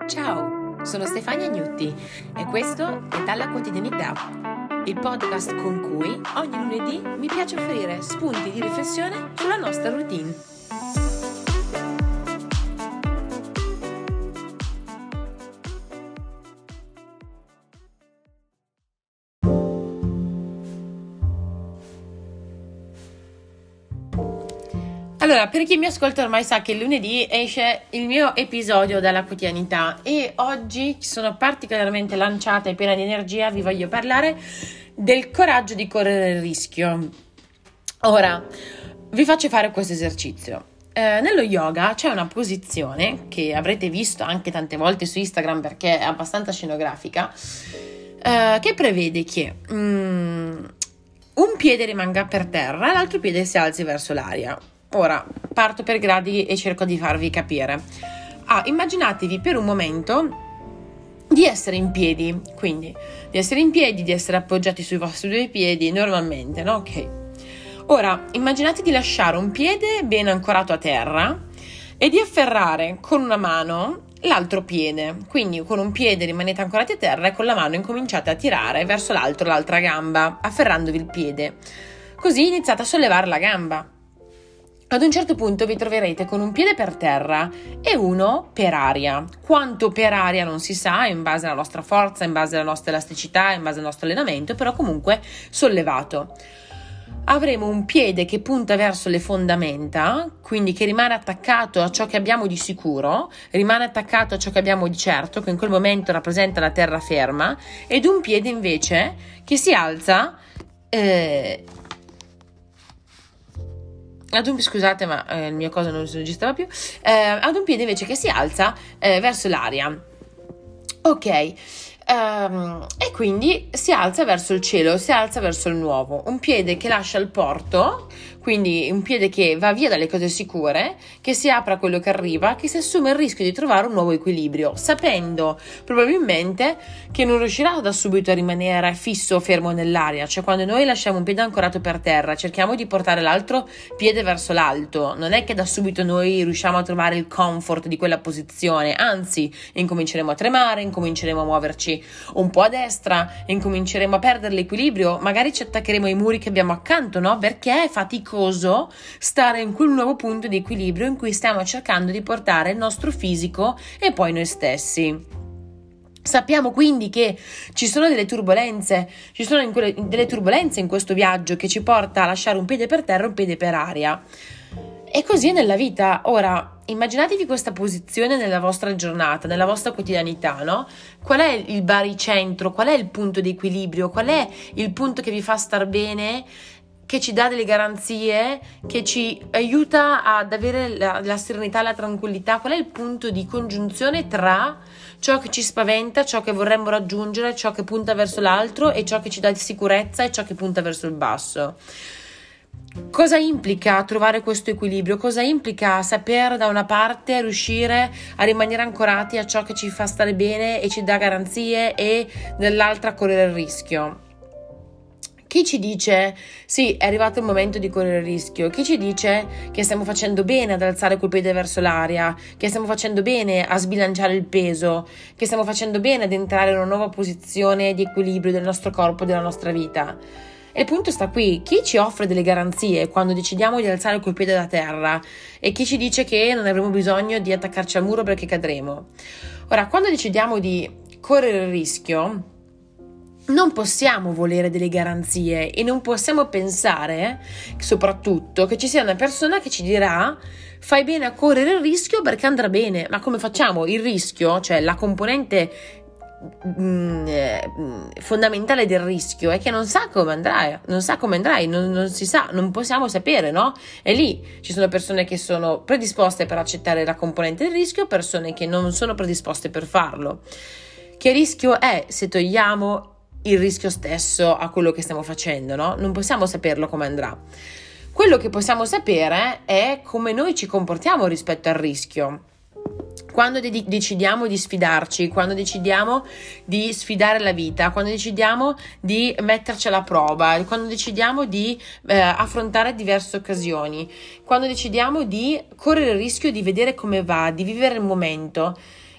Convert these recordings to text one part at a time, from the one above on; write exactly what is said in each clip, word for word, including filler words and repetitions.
Ciao, sono Stefania Gnutti e questo è Dalla Quotidianità, il podcast con cui ogni lunedì mi piace offrire spunti di riflessione sulla nostra routine. Allora, per chi mi ascolta ormai sa che il lunedì esce il mio episodio dalla quotidianità e oggi sono particolarmente lanciata e piena di energia, vi voglio parlare del coraggio di correre il rischio. Ora, vi faccio fare questo esercizio. Eh, nello yoga c'è una posizione che avrete visto anche tante volte su Instagram perché è abbastanza scenografica, eh, che prevede che mm, un piede rimanga per terra e l'altro piede si alzi verso l'aria. Ora parto per gradi e cerco di farvi capire. Ah, immaginatevi per un momento di essere in piedi, quindi di essere in piedi, di essere appoggiati sui vostri due piedi normalmente, no? Ok. Ora immaginate di lasciare un piede ben ancorato a terra e di afferrare con una mano l'altro piede, quindi con un piede rimanete ancorati a terra e con la mano incominciate a tirare verso l'altro l'altra gamba, afferrandovi il piede. Così iniziate a sollevare la gamba. Ad un certo punto vi troverete con un piede per terra e uno per aria. Quanto per aria non si sa, in base alla nostra forza, in base alla nostra elasticità, in base al nostro allenamento, però comunque sollevato. Avremo un piede che punta verso le fondamenta, quindi che rimane attaccato a ciò che abbiamo di sicuro, rimane attaccato a ciò che abbiamo di certo, che in quel momento rappresenta la terraferma, ed un piede invece che si alza eh, ad un, scusate ma eh, il mio coso non si registrava più, eh, ad un piede invece che si alza eh, verso l'aria. Ok, um, e quindi si alza verso il cielo, si alza verso il nuovo, un piede che lascia il porto, quindi un piede che va via dalle cose sicure, che si apre a quello che arriva, che si assume il rischio di trovare un nuovo equilibrio, sapendo probabilmente che non riuscirà da subito a rimanere fisso o fermo nell'aria. Cioè, quando noi lasciamo un piede ancorato per terra, cerchiamo di portare l'altro piede verso l'alto, non è che da subito noi riusciamo a trovare il comfort di quella posizione, anzi incominceremo a tremare, incominceremo a muoverci un po' a destra, incominceremo a perdere l'equilibrio, magari ci attaccheremo ai muri che abbiamo accanto, no? Perché è faticoso stare in quel nuovo punto di equilibrio in cui stiamo cercando di portare il nostro fisico e poi noi stessi. Sappiamo quindi che ci sono delle turbolenze, ci sono in quelle, delle turbolenze in questo viaggio che ci porta a lasciare un piede per terra e un piede per aria. E così è nella vita. Ora, immaginatevi questa posizione nella vostra giornata, nella vostra quotidianità, no? Qual è il baricentro? Qual è il punto di equilibrio? Qual è il punto che vi fa star bene, che ci dà delle garanzie, che ci aiuta ad avere la, la serenità, la tranquillità? Qual è il punto di congiunzione tra ciò che ci spaventa, ciò che vorremmo raggiungere, ciò che punta verso l'altro e ciò che ci dà sicurezza e ciò che punta verso il basso? Cosa implica trovare questo equilibrio? Cosa implica saper da una parte riuscire a rimanere ancorati a ciò che ci fa stare bene e ci dà garanzie e dall'altra correre il rischio? Chi ci dice sì, è arrivato il momento di correre il rischio? Chi ci dice che stiamo facendo bene ad alzare quel piede verso l'aria, che stiamo facendo bene a sbilanciare il peso, che stiamo facendo bene ad entrare in una nuova posizione di equilibrio del nostro corpo e della nostra vita? E il punto sta qui: chi ci offre delle garanzie quando decidiamo di alzare quel piede da terra e chi ci dice che non avremo bisogno di attaccarci al muro perché cadremo? Ora, quando decidiamo di correre il rischio, non possiamo volere delle garanzie e non possiamo pensare, soprattutto, che ci sia una persona che ci dirà fai bene a correre il rischio perché andrà bene. Ma come facciamo? Il rischio, cioè la componente mh, eh, fondamentale del rischio è che non sa come andrai, non sa come andrai, non, non si sa, non possiamo sapere, no? E lì ci sono persone che sono predisposte per accettare la componente del rischio, persone che non sono predisposte per farlo. Che rischio è se togliamo il rischio stesso a quello che stiamo facendo, no? Non possiamo saperlo come andrà. Quello che possiamo sapere è come noi ci comportiamo rispetto al rischio. Quando de- decidiamo di sfidarci, quando decidiamo di sfidare la vita, quando decidiamo di metterci alla prova, quando decidiamo di eh, affrontare diverse occasioni, quando decidiamo di correre il rischio di vedere come va, di vivere il momento,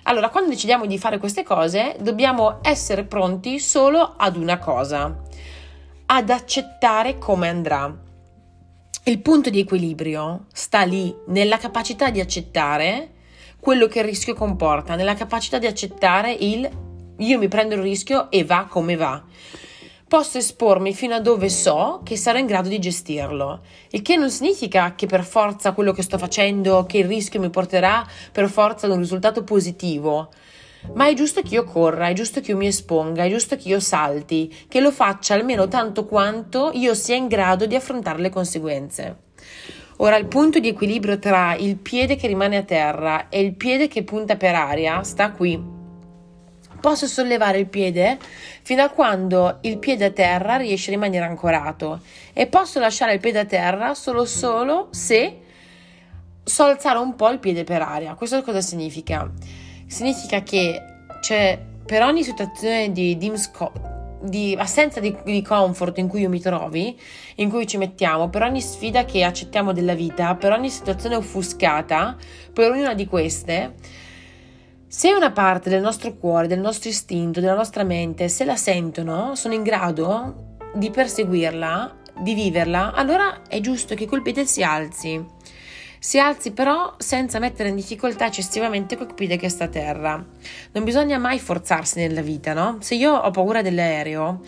Allora, quando decidiamo di fare queste cose, dobbiamo essere pronti solo ad una cosa, ad accettare come andrà. Il punto di equilibrio sta lì, nella capacità di accettare quello che il rischio comporta, nella capacità di accettare il io mi prendo il rischio e va come va. Posso espormi fino a dove so che sarò in grado di gestirlo, il che non significa che per forza quello che sto facendo, che il rischio mi porterà per forza ad un risultato positivo, ma è giusto che io corra, è giusto che io mi esponga, è giusto che io salti, che lo faccia almeno tanto quanto io sia in grado di affrontare le conseguenze. Ora, il punto di equilibrio tra il piede che rimane a terra e il piede che punta per aria sta qui. Posso sollevare il piede fino a quando il piede a terra riesce a rimanere ancorato e posso lasciare il piede a terra solo solo se so alzare un po' il piede per aria. Questo cosa significa? Significa che c'è per ogni situazione di, di, di assenza di, di comfort in cui io mi trovi, in cui ci mettiamo, per ogni sfida che accettiamo della vita, per ogni situazione offuscata, per ognuna di queste, se una parte del nostro cuore, del nostro istinto, della nostra mente, se la sentono, sono in grado di perseguirla, di viverla, allora è giusto che quel piede si alzi. Si alzi però senza mettere in difficoltà eccessivamente quel piede che sta a terra. Non bisogna mai forzarsi nella vita, no? Se io ho paura dell'aereo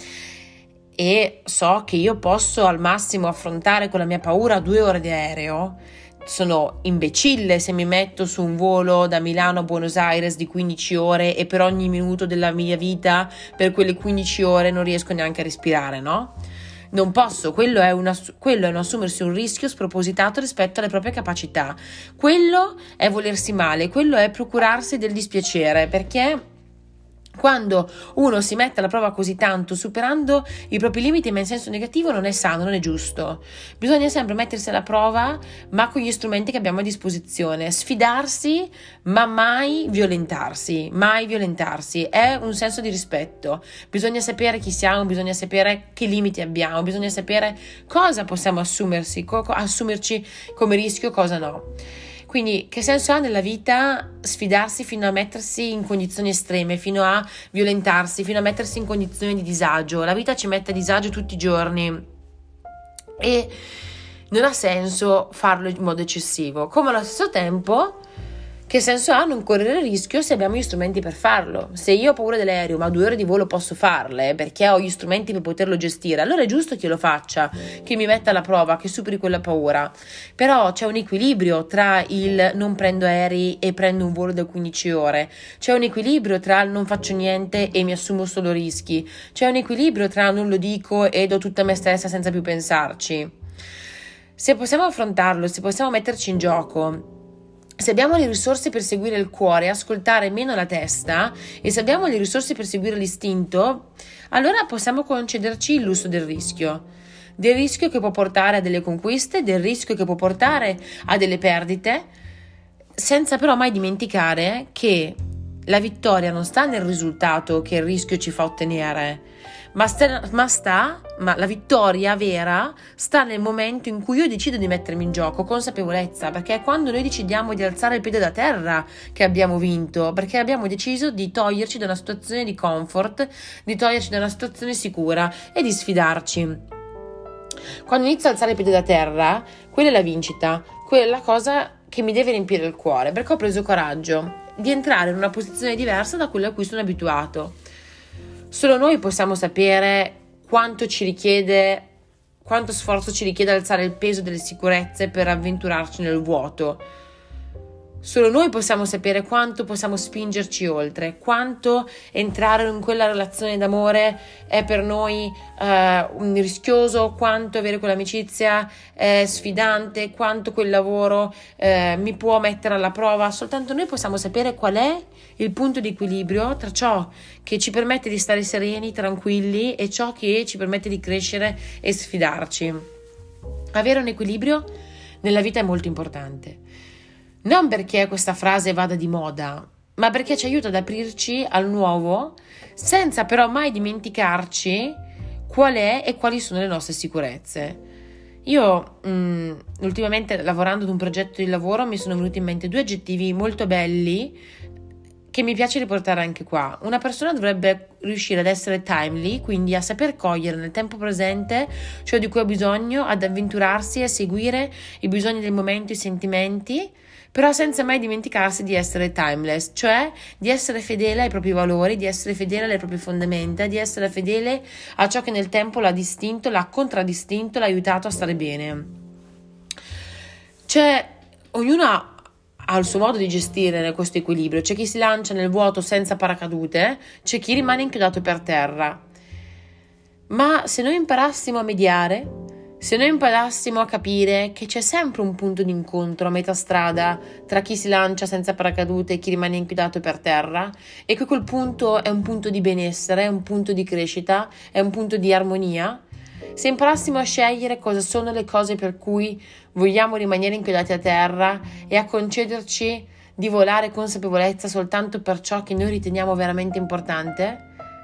e so che io posso al massimo affrontare con la mia paura due ore di aereo, sono imbecille se mi metto su un volo da Milano a Buenos Aires di quindici ore e per ogni minuto della mia vita, per quelle quindici ore non riesco neanche a respirare, no? Non posso, quello è, una, quello è un assumersi un rischio spropositato rispetto alle proprie capacità. Quello è volersi male, quello è procurarsi del dispiacere, perché quando uno si mette alla prova così tanto, superando i propri limiti ma in senso negativo, non è sano, non è giusto. Bisogna sempre mettersi alla prova, ma con gli strumenti che abbiamo a disposizione. Sfidarsi, ma mai violentarsi, mai violentarsi. È un senso di rispetto. Bisogna sapere chi siamo, bisogna sapere che limiti abbiamo, bisogna sapere cosa possiamo assumersi, co- assumerci come rischio, cosa no. Quindi che senso ha nella vita sfidarsi fino a mettersi in condizioni estreme, fino a violentarsi, fino a mettersi in condizioni di disagio? La vita ci mette a disagio tutti i giorni e non ha senso farlo in modo eccessivo. Come allo stesso tempo, che senso ha non correre il rischio se abbiamo gli strumenti per farlo? Se io ho paura dell'aereo ma due ore di volo posso farle perché ho gli strumenti per poterlo gestire, allora è giusto che io lo faccia, che mi metta alla prova, che superi quella paura. Però c'è un equilibrio tra il non prendo aerei e prendo un volo da quindici ore, c'è un equilibrio tra il non faccio niente e mi assumo solo rischi, c'è un equilibrio tra non lo dico e do tutta me stessa senza più pensarci. Se possiamo affrontarlo, se possiamo metterci in gioco, se abbiamo le risorse per seguire il cuore, ascoltare meno la testa, e se abbiamo le risorse per seguire l'istinto, allora possiamo concederci il lusso del rischio. Del rischio che può portare a delle conquiste, del rischio che può portare a delle perdite, senza però mai dimenticare che la vittoria non sta nel risultato che il rischio ci fa ottenere, ma sta, ma sta, ma la vittoria vera sta nel momento in cui io decido di mettermi in gioco, consapevolezza, perché è quando noi decidiamo di alzare il piede da terra che abbiamo vinto, perché abbiamo deciso di toglierci da una situazione di comfort, di toglierci da una situazione sicura e di sfidarci. Quando inizio a alzare il piede da terra, quella è la vincita, quella è la cosa che mi deve riempire il cuore, perché ho preso coraggio di entrare in una posizione diversa da quella a cui sono abituato. Solo noi possiamo sapere quanto ci richiede, quanto sforzo ci richiede alzare il peso delle sicurezze per avventurarci nel vuoto. Solo noi possiamo sapere quanto possiamo spingerci oltre, quanto entrare in quella relazione d'amore è per noi eh, rischioso, quanto avere quell'amicizia è sfidante, quanto quel lavoro eh, mi può mettere alla prova. Soltanto noi possiamo sapere qual è il punto di equilibrio tra ciò che ci permette di stare sereni, tranquilli e ciò che ci permette di crescere e sfidarci. Avere un equilibrio nella vita è molto importante. Non perché questa frase vada di moda, ma perché ci aiuta ad aprirci al nuovo, senza però mai dimenticarci qual è e quali sono le nostre sicurezze. Io mh, ultimamente, lavorando ad un progetto di lavoro, mi sono venuti in mente due aggettivi molto belli che mi piace riportare anche qua. Una persona dovrebbe riuscire ad essere timely, quindi a saper cogliere nel tempo presente ciò di cui ha bisogno, ad avventurarsi, a seguire i bisogni del momento, i sentimenti, però senza mai dimenticarsi di essere timeless, cioè di essere fedele ai propri valori, di essere fedele alle proprie fondamenta, di essere fedele a ciò che nel tempo l'ha distinto, l'ha contraddistinto, l'ha aiutato a stare bene. Cioè, ognuno ha ha il suo modo di gestire questo equilibrio. C'è chi si lancia nel vuoto senza paracadute, c'è chi rimane inchiodato per terra. Ma se noi imparassimo a mediare, se noi imparassimo a capire che c'è sempre un punto di incontro a metà strada tra chi si lancia senza paracadute e chi rimane inchiodato per terra, e che quel punto è un punto di benessere, è un punto di crescita, è un punto di armonia, se imparassimo a scegliere cosa sono le cose per cui vogliamo rimanere inchiodati a terra e a concederci di volare consapevolezza soltanto per ciò che noi riteniamo veramente importante,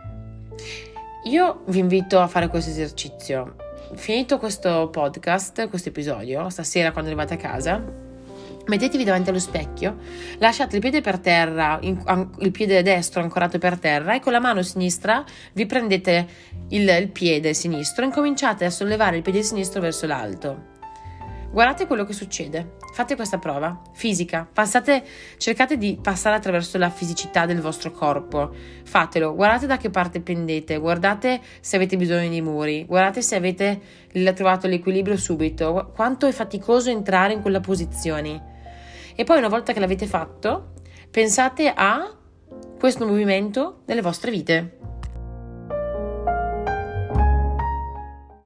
io vi invito a fare questo esercizio. Finito questo podcast, questo episodio, stasera quando arrivate a casa, mettetevi davanti allo specchio, lasciate il piede per terra, il piede destro ancorato per terra, e con la mano sinistra vi prendete il, il piede sinistro e incominciate a sollevare il piede sinistro verso l'alto. Guardate quello che succede. Fate questa prova fisica. Passate, cercate di passare attraverso la fisicità del vostro corpo. Fatelo. Guardate da che parte pendete. Guardate se avete bisogno dei muri. Guardate se avete trovato l'equilibrio subito. Quanto è faticoso entrare in quella posizione. E poi, una volta che l'avete fatto, pensate a questo movimento nelle vostre vite.